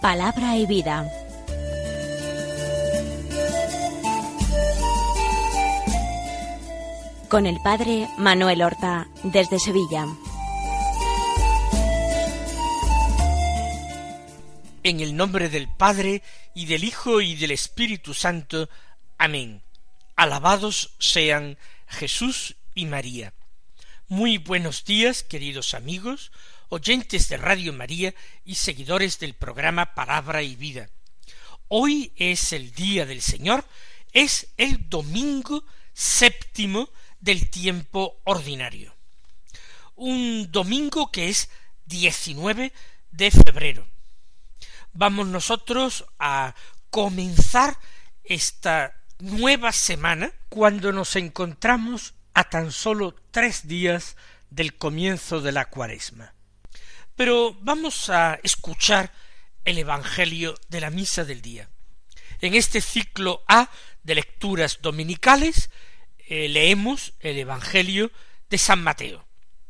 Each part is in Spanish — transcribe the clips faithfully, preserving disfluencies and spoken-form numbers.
Palabra y vida. Con el padre Manuel Horta, desde Sevilla. En el nombre del Padre, y del Hijo, y del Espíritu Santo. Amén. Alabados sean Jesús y María. Muy buenos días, queridos amigos, oyentes de Radio María y seguidores del programa Palabra y Vida. Hoy es el día del Señor, es el domingo séptimo del tiempo ordinario. Un domingo que es diecinueve de febrero. Vamos nosotros a comenzar esta nueva semana cuando nos encontramos a tan solo tres días del comienzo de la Cuaresma. Pero vamos a escuchar el Evangelio de la Misa del Día. En este ciclo A de lecturas dominicales eh, leemos el Evangelio de San Mateo.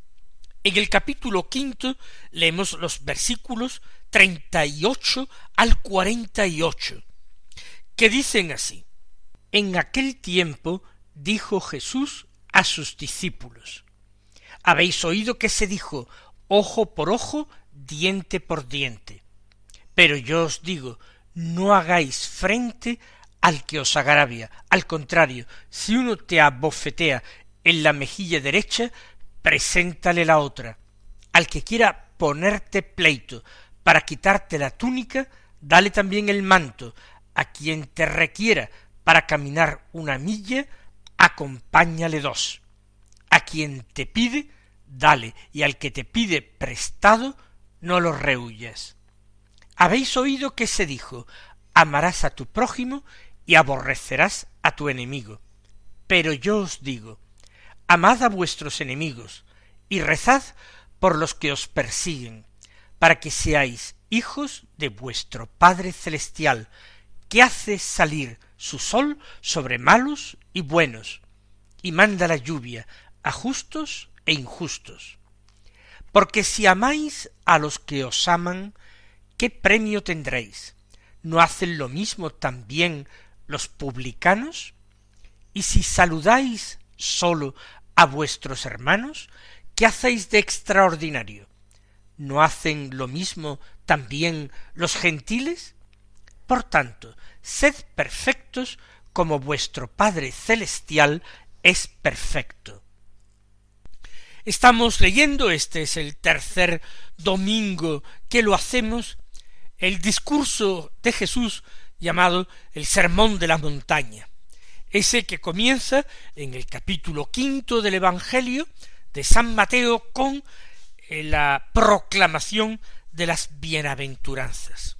En el capítulo quinto leemos los versículos treinta y ocho al cuarenta y ocho, que dicen así: En aquel tiempo dijo Jesús a sus discípulos: Habéis oído que se dijo, ojo por ojo, diente por diente. Pero yo os digo, no hagáis frente al que os agravia. Al contrario, si uno te abofetea en la mejilla derecha, preséntale la otra. Al que quiera ponerte pleito para quitarte la túnica, dale también el manto. A quien te requiera para caminar una milla, acompáñale dos. A quien te pide, dale, y al que te pide prestado, no lo rehuyas. Habéis oído que se dijo, amarás a tu prójimo y aborrecerás a tu enemigo. Pero yo os digo, amad a vuestros enemigos, y rezad por los que os persiguen, para que seáis hijos de vuestro Padre Celestial, que hace salir su sol sobre malos y buenos, y manda la lluvia a justos e injustos. Porque si amáis a los que os aman, ¿qué premio tendréis? ¿No hacen lo mismo también los publicanos? Y si saludáis solo a vuestros hermanos, ¿qué hacéis de extraordinario? ¿No hacen lo mismo también los gentiles? Por tanto, sed perfectos como vuestro Padre Celestial es perfecto. Estamos leyendo, este es el tercer domingo que lo hacemos, el discurso de Jesús llamado el Sermón de la Montaña, ese que comienza en el capítulo quinto del Evangelio de San Mateo con la proclamación de las bienaventuranzas.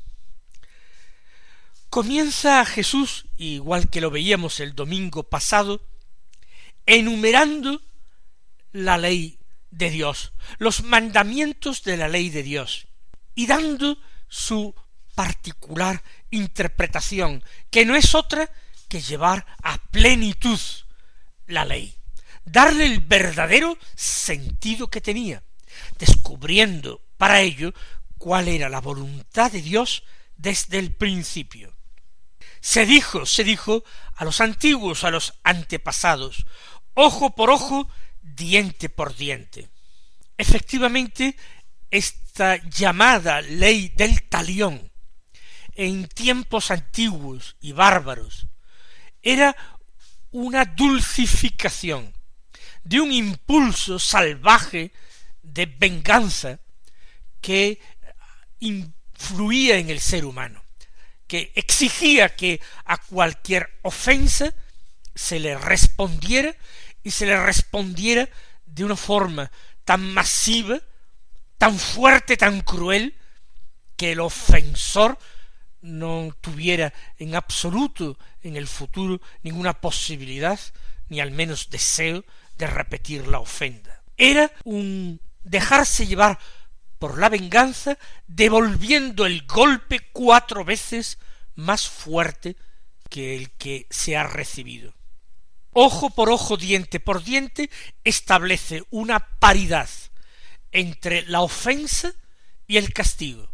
Comienza Jesús, igual que lo veíamos el domingo pasado, enumerando la ley de Dios, los mandamientos de la ley de Dios, y dando su particular interpretación, que no es otra que llevar a plenitud la ley, darle el verdadero sentido que tenía, descubriendo para ello cuál era la voluntad de Dios desde el principio. Se dijo, se dijo a los antiguos, a los antepasados, ojo por ojo, diente por diente. Efectivamente, esta llamada ley del talión, en tiempos antiguos y bárbaros, era una dulcificación de un impulso salvaje de venganza que influía en el ser humano, que exigía que a cualquier ofensa se le respondiera y se le respondiera de una forma tan masiva, tan fuerte, tan cruel, que el ofensor no tuviera en absoluto en el futuro ninguna posibilidad, ni al menos deseo, de repetir la ofensa. Era un dejarse llevar por la venganza, devolviendo el golpe cuatro veces más fuerte que el que se ha recibido. Ojo por ojo, diente por diente, establece una paridad entre la ofensa y el castigo.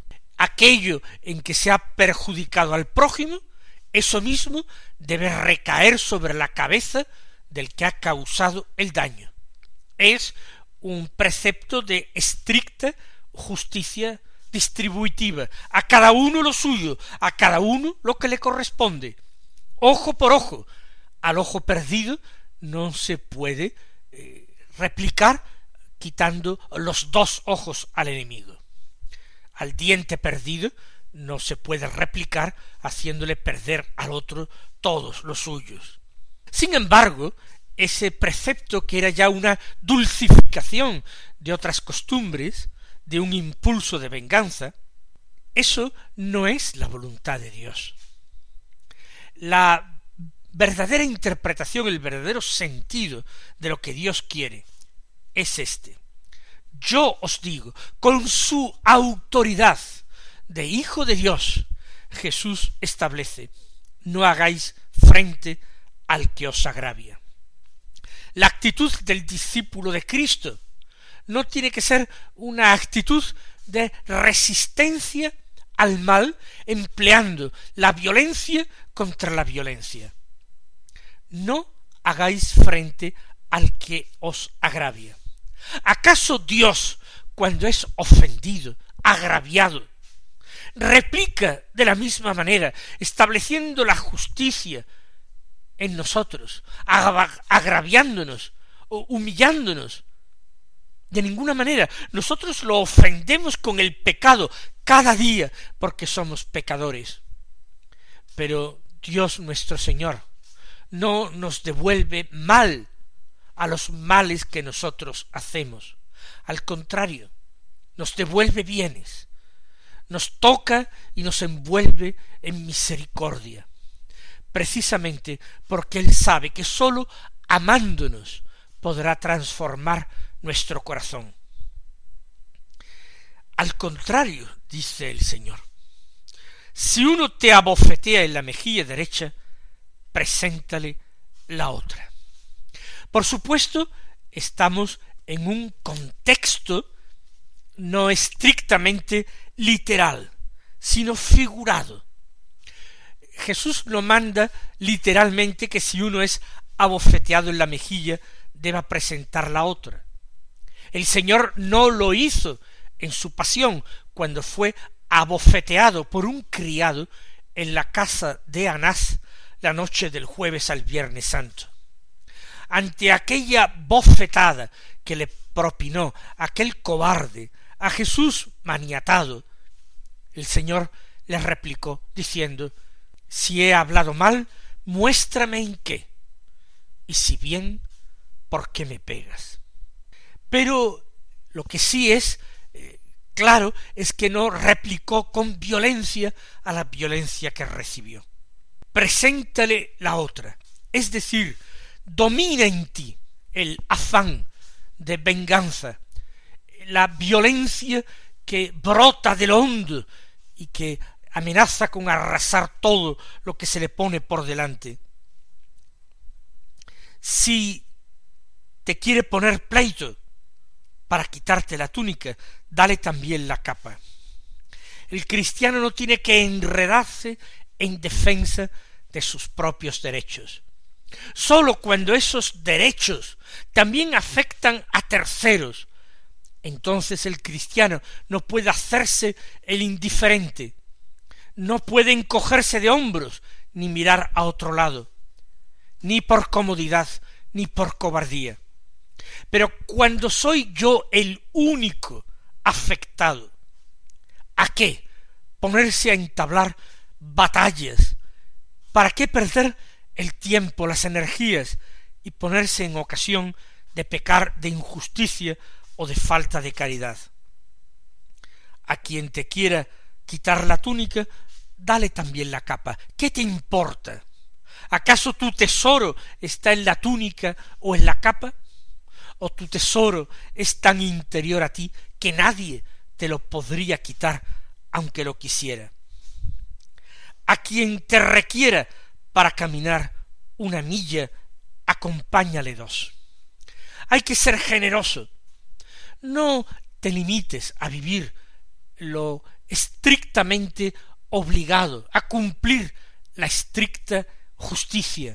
aquello en que se ha perjudicado al prójimo, eso mismo debe recaer sobre la cabeza del que ha causado el daño. Es un precepto de estricta justicia distributiva, a cada uno lo suyo, a cada uno lo que le corresponde, ojo por ojo. Al ojo perdido no se puede eh, replicar quitando los dos ojos al enemigo. Al diente perdido no se puede replicar haciéndole perder al otro todos los suyos. Sin embargo, ese precepto, que era ya una dulcificación de otras costumbres, de un impulso de venganza, eso no es la voluntad de Dios. La verdadera interpretación, el verdadero sentido de lo que Dios quiere es este: yo os digo, con su autoridad de Hijo de Dios, Jesús establece, no hagáis frente al que os agravia. La actitud del discípulo de Cristo no tiene que ser una actitud de resistencia al mal, empleando la violencia contra la violencia. No hagáis frente al que os agravia. ¿Acaso Dios, cuando es ofendido, agraviado, replica de la misma manera, estableciendo la justicia en nosotros, agraviándonos o humillándonos? De ninguna manera. Nosotros lo ofendemos con el pecado cada día, porque somos pecadores. Pero Dios nuestro Señor no nos devuelve mal a los males que nosotros hacemos. Al contrario, nos devuelve bienes, nos toca y nos envuelve en misericordia, precisamente porque Él sabe que sólo amándonos podrá transformar nuestro corazón. Al contrario, dice el Señor, si uno te abofetea en la mejilla derecha, preséntale la otra. Por supuesto, estamos en un contexto no estrictamente literal, sino figurado. Jesús no manda literalmente que si uno es abofeteado en la mejilla, deba presentar la otra. El Señor no lo hizo en su pasión, cuando fue abofeteado por un criado en la casa de Anás la noche del jueves al Viernes Santo. Ante aquella bofetada que le propinó aquel cobarde a Jesús maniatado, el Señor le replicó diciendo: si he hablado mal, muéstrame en qué, y si bien, ¿por qué me pegas? Pero lo que sí es eh, claro es que no replicó con violencia a la violencia que recibió. Preséntale la otra, es decir, domina en ti el afán de venganza, la violencia que brota de lo hondo y que amenaza con arrasar todo lo que se le pone por delante. Si te quiere poner pleito para quitarte la túnica, dale también la capa. El cristiano no tiene que enredarse en defensa de sus propios derechos. Sólo cuando esos derechos también afectan a terceros, entonces el cristiano no puede hacerse el indiferente, no puede encogerse de hombros ni mirar a otro lado, ni por comodidad ni por cobardía. Pero cuando soy yo el único afectado, ¿a qué ponerse a entablar batallas? ¿Para qué perder el tiempo, las energías y ponerse en ocasión de pecar de injusticia o de falta de caridad? A quien te quiera quitar la túnica, dale también la capa. ¿Qué te importa? ¿Acaso tu tesoro está en la túnica o en la capa? ¿O tu tesoro es tan interior a ti que nadie te lo podría quitar aunque lo quisiera? A quien te requiera para caminar una milla, acompáñale dos. Hay que ser generoso. No te limites a vivir lo estrictamente obligado a cumplir la estricta justicia.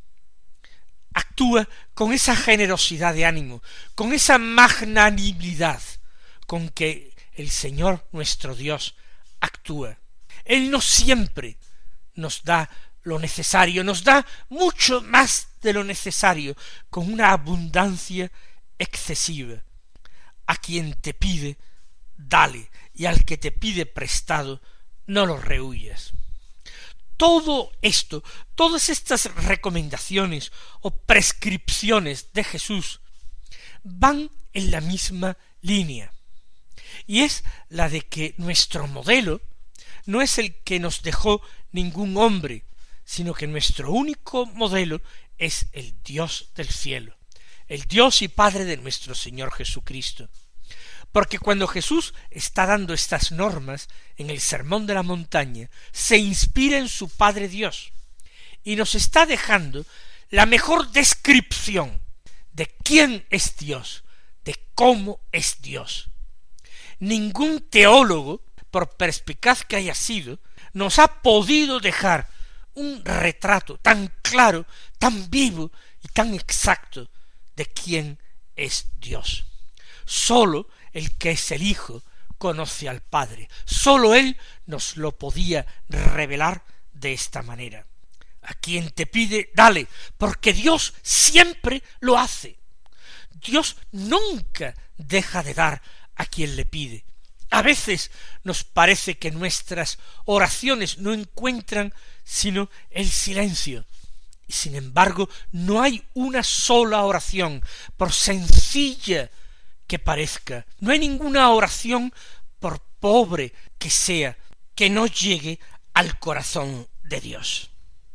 Actúa con esa generosidad de ánimo, con esa magnanimidad con que el Señor nuestro Dios actúa. Él no siempre nos da lo necesario, nos da mucho más de lo necesario, con una abundancia excesiva. A quien te pide, dale, y al que te pide prestado, no lo rehuyas. Todo esto, todas estas recomendaciones o prescripciones de Jesús van en la misma línea, y es la de que nuestro modelo no es el que nos dejó ningún hombre, sino que nuestro único modelo es el Dios del cielo, el Dios y Padre de nuestro Señor Jesucristo. Porque cuando Jesús está dando estas normas en el Sermón de la Montaña, se inspira en su Padre Dios y nos está dejando la mejor descripción de quién es Dios, de cómo es Dios. Ningún teólogo, por perspicaz que haya sido, nos ha podido dejar un retrato tan claro, tan vivo y tan exacto de quién es Dios. Sólo el que es el Hijo conoce al Padre. Sólo Él nos lo podía revelar de esta manera. A quien te pide, dale, porque Dios siempre lo hace. Dios nunca deja de dar a quien le pide. A veces nos parece que nuestras oraciones no encuentran sino el silencio. Y sin embargo, no hay una sola oración, por sencilla que parezca, no hay ninguna oración, por pobre que sea, que no llegue al corazón de Dios.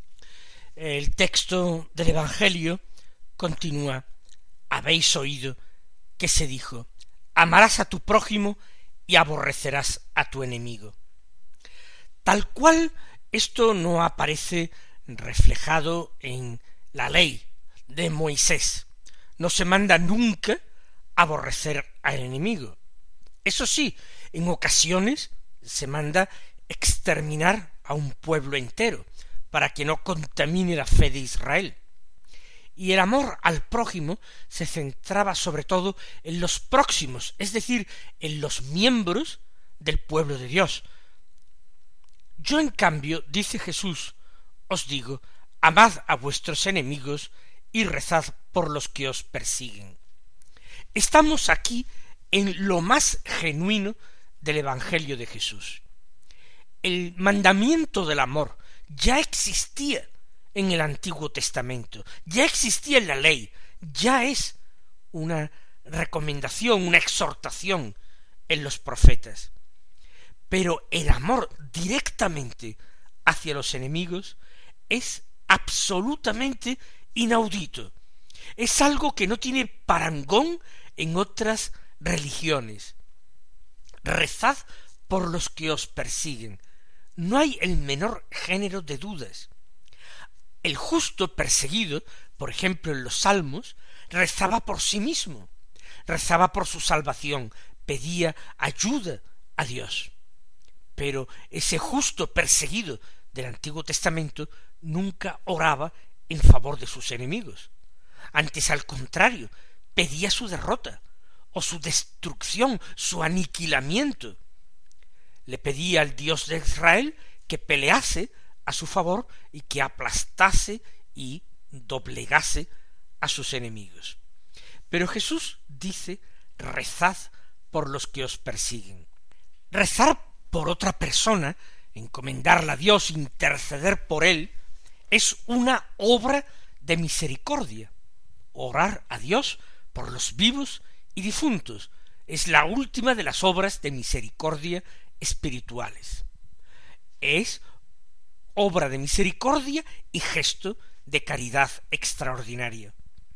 El texto del Evangelio continúa: habéis oído que se dijo, amarás a tu prójimo y aborrecerás a tu enemigo. Tal cual esto no aparece reflejado en la ley de Moisés. No se manda nunca aborrecer al enemigo. Eso sí, en ocasiones se manda exterminar a un pueblo entero para que no contamine la fe de Israel. Y el amor al prójimo se centraba sobre todo en los próximos, es decir, en los miembros del pueblo de Dios. Yo, en cambio, dice Jesús, os digo, amad a vuestros enemigos y rezad por los que os persiguen. Estamos aquí en lo más genuino del Evangelio de Jesús. El mandamiento del amor ya existía en el Antiguo Testamento, ya existía en la ley, ya es una recomendación, una exhortación en los profetas. Pero el amor directamente hacia los enemigos es absolutamente inaudito. Es algo que no tiene parangón en otras religiones. Rezad por los que os persiguen. No hay el menor género de dudas. El justo perseguido, por ejemplo en los Salmos, rezaba por sí mismo, rezaba por su salvación, pedía ayuda a Dios. Pero ese justo perseguido del Antiguo Testamento nunca oraba en favor de sus enemigos. Antes, al contrario, pedía su derrota, o su destrucción, su aniquilamiento. Le pedía al Dios de Israel que pelease a su favor y que aplastase y doblegase a sus enemigos. Pero Jesús dice, rezad por los que os persiguen. Rezar por otra persona, encomendarla a Dios, interceder por él, es una obra de misericordia. Orar a Dios por los vivos y difuntos es la última de las obras de misericordia espirituales. Es obra de misericordia y gesto de caridad extraordinaria.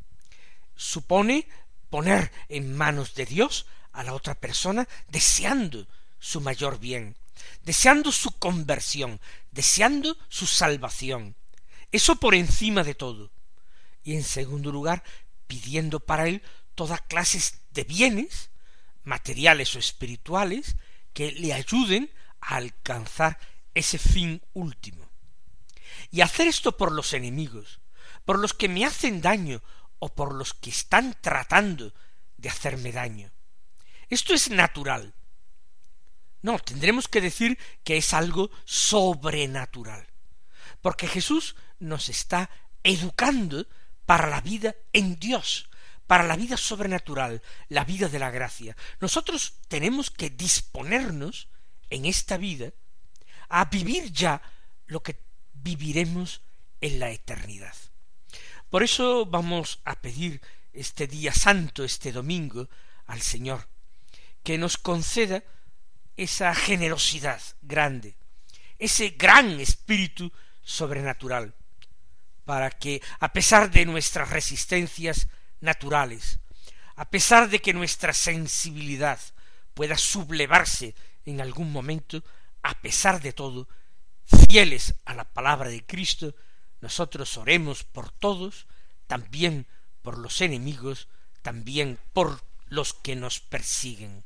Supone poner en manos de Dios a la otra persona, deseando su mayor bien, deseando su conversión, deseando su salvación. Eso por encima de todo. Y en segundo lugar, pidiendo para él toda clase de bienes, materiales o espirituales, que le ayuden a alcanzar ese fin último. Y hacer esto por los enemigos, por los que me hacen daño o por los que están tratando de hacerme daño. Esto es natural. No, tendremos que decir que es algo sobrenatural, porque Jesús nos está educando para la vida en Dios, para la vida sobrenatural, la vida de la gracia. Nosotros tenemos que disponernos en esta vida a vivir ya lo que viviremos en la eternidad. Por eso vamos a pedir este día santo, este domingo, al Señor, que nos conceda esa generosidad grande, ese gran espíritu sobrenatural, para que, a pesar de nuestras resistencias naturales, a pesar de que nuestra sensibilidad pueda sublevarse en algún momento, a pesar de todo, fieles a la palabra de Cristo, nosotros oremos por todos, también por los enemigos, también por los que nos persiguen.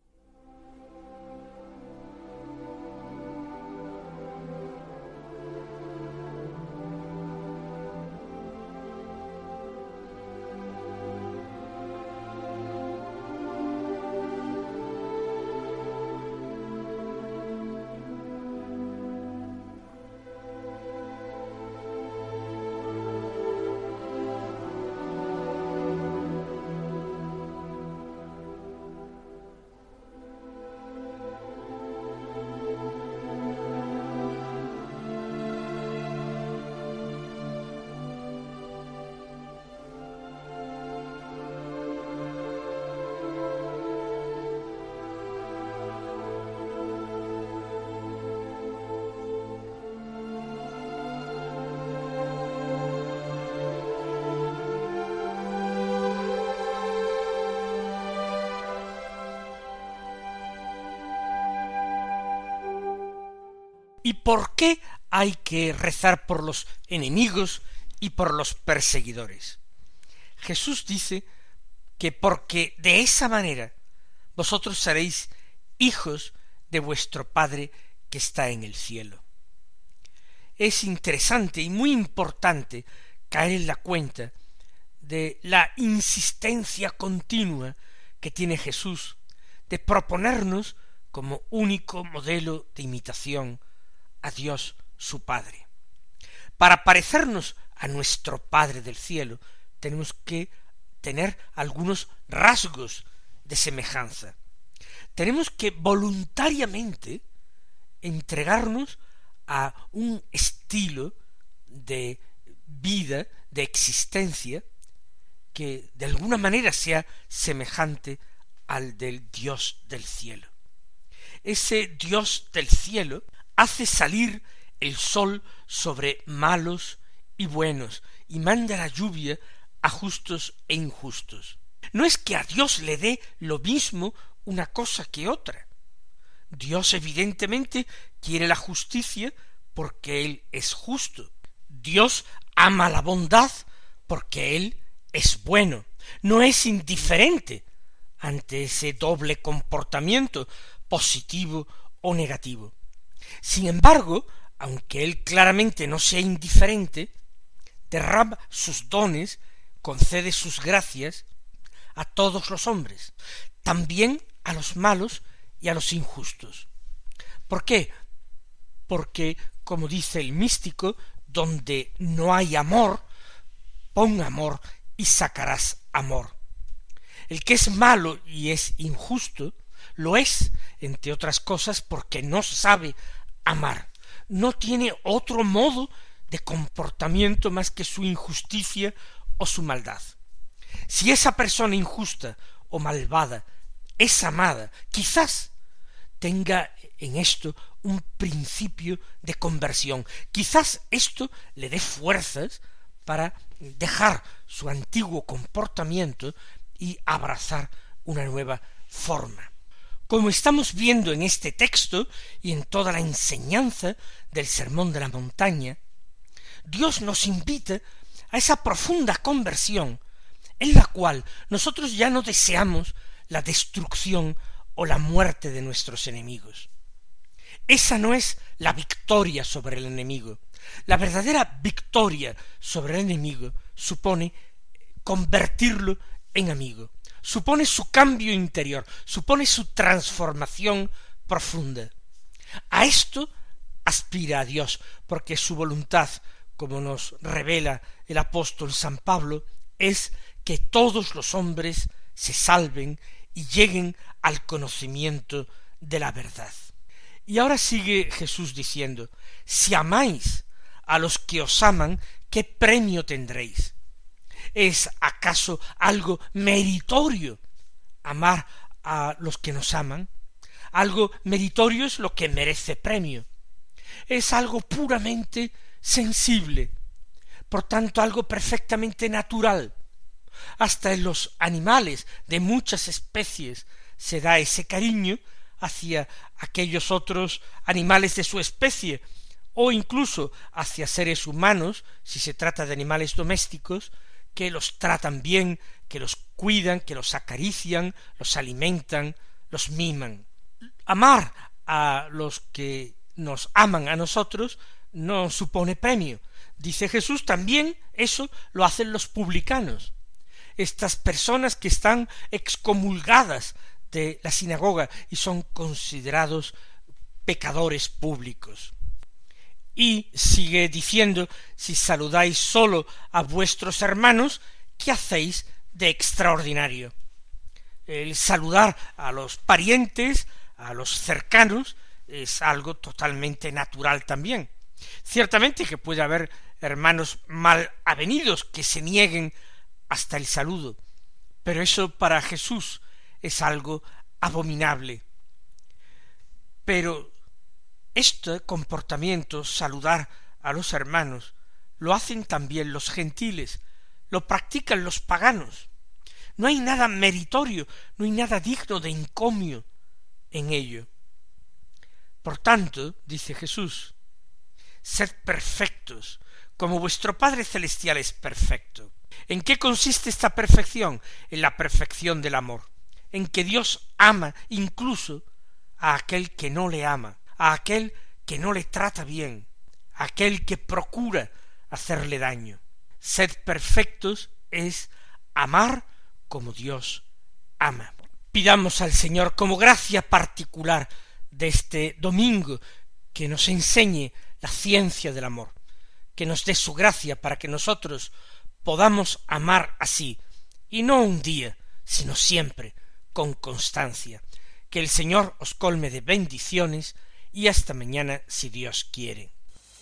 ¿Y por qué hay que rezar por los enemigos y por los perseguidores? Jesús dice que porque de esa manera vosotros seréis hijos de vuestro Padre que está en el cielo. Es interesante y muy importante caer en la cuenta de la insistencia continua que tiene Jesús de proponernos como único modelo de imitación a Dios su Padre. Para parecernos a nuestro Padre del cielo, tenemos que tener algunos rasgos de semejanza. Tenemos que voluntariamente entregarnos a un estilo de vida, de existencia, que de alguna manera sea semejante al del Dios del cielo. Ese Dios del cielo hace salir el sol sobre malos y buenos, y manda la lluvia a justos e injustos. No es que a Dios le dé lo mismo una cosa que otra. Dios evidentemente quiere la justicia porque Él es justo. Dios ama la bondad porque Él es bueno. No es indiferente ante ese doble comportamiento, positivo o negativo. Sin embargo, aunque Él claramente no sea indiferente, derrama sus dones, concede sus gracias a todos los hombres, también a los malos y a los injustos. ¿Por qué? Porque, como dice el místico, donde no hay amor, pon amor y sacarás amor. El que es malo y es injusto, lo es, entre otras cosas, porque no sabe amar. No tiene otro modo de comportamiento más que su injusticia o su maldad. Si esa persona injusta o malvada es amada, quizás tenga en esto un principio de conversión. Quizás esto le dé fuerzas para dejar su antiguo comportamiento y abrazar una nueva forma. Como estamos viendo en este texto y en toda la enseñanza del Sermón de la Montaña, Dios nos invita a esa profunda conversión en la cual nosotros ya no deseamos la destrucción o la muerte de nuestros enemigos. Esa no es la victoria sobre el enemigo. La verdadera victoria sobre el enemigo supone convertirlo en amigo, supone su cambio interior, supone su transformación profunda. A esto aspira a Dios, porque su voluntad, como nos revela el apóstol San Pablo, es que todos los hombres se salven y lleguen al conocimiento de la verdad. Y ahora sigue Jesús diciendo: si amáis a los que os aman, ¿qué premio tendréis? ¿Es acaso algo meritorio amar a los que nos aman? Algo meritorio es lo que merece premio. Es algo puramente sensible, por tanto algo perfectamente natural. Hasta en los animales de muchas especies se da ese cariño hacia aquellos otros animales de su especie, o incluso hacia seres humanos, si se trata de animales domésticos, que los tratan bien, que los cuidan, que los acarician, los alimentan, los miman. Amar a los que nos aman a nosotros no supone premio. Dice Jesús, también eso lo hacen los publicanos, estas personas que están excomulgadas de la sinagoga y son considerados pecadores públicos. Y sigue diciendo: si saludáis solo a vuestros hermanos, ¿qué hacéis de extraordinario? El saludar a los parientes, a los cercanos, es algo totalmente natural también. Ciertamente que puede haber hermanos mal avenidos que se nieguen hasta el saludo, pero eso para Jesús es algo abominable. Pero este comportamiento, saludar a los hermanos, lo hacen también los gentiles, lo practican los paganos. No hay nada meritorio, no hay nada digno de encomio en ello. Por tanto, dice Jesús, sed perfectos, como vuestro Padre Celestial es perfecto. ¿En qué consiste esta perfección? En la perfección del amor, en que Dios ama incluso a aquel que no le ama, a aquel que no le trata bien, a aquel que procura hacerle daño. Sed perfectos es amar como Dios ama. Pidamos al Señor como gracia particular de este domingo que nos enseñe la ciencia del amor, que nos dé su gracia para que nosotros podamos amar así, y no un día, sino siempre, con constancia. Que el Señor os colme de bendiciones y hasta mañana si Dios quiere.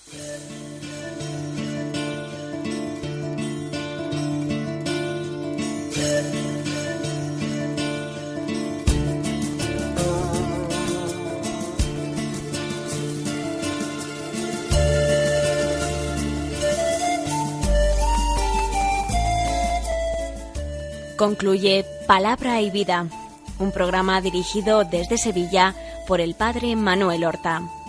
Concluye Palabra y Vida, un programa dirigido desde Sevilla por el padre Manuel Horta.